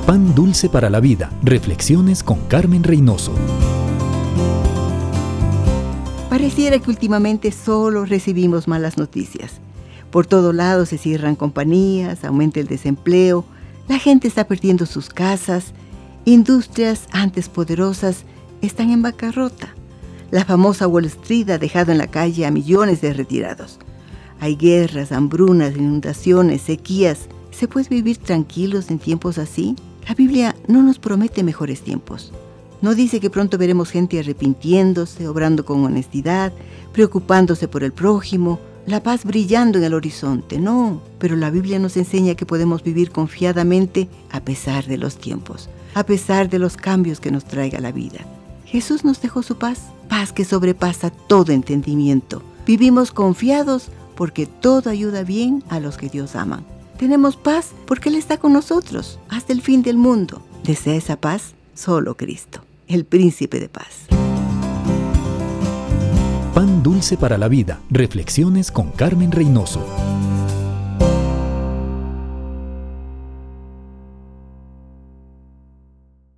Pan dulce para la vida. Reflexiones con Carmen Reynoso. Pareciera que últimamente solo recibimos malas noticias. Por todo lado se cierran compañías, aumenta el desempleo, la gente está perdiendo sus casas, industrias antes poderosas están en bancarrota. La famosa Wall Street ha dejado en la calle a millones de retirados. Hay guerras, hambrunas, inundaciones, sequías. ¿Se puede vivir tranquilos en tiempos así? La Biblia no nos promete mejores tiempos. No dice que pronto veremos gente arrepintiéndose, obrando con honestidad, preocupándose por el prójimo, la paz brillando en el horizonte. No, pero la Biblia nos enseña que podemos vivir confiadamente a pesar de los tiempos, a pesar de los cambios que nos traiga la vida. Jesús nos dejó su paz, paz que sobrepasa todo entendimiento. Vivimos confiados porque todo ayuda bien a los que Dios ama. Tenemos paz porque Él está con nosotros hasta el fin del mundo. ¿Desea esa paz? Solo Cristo, el Príncipe de Paz. Pan dulce para la vida. Reflexiones con Carmen Reynoso.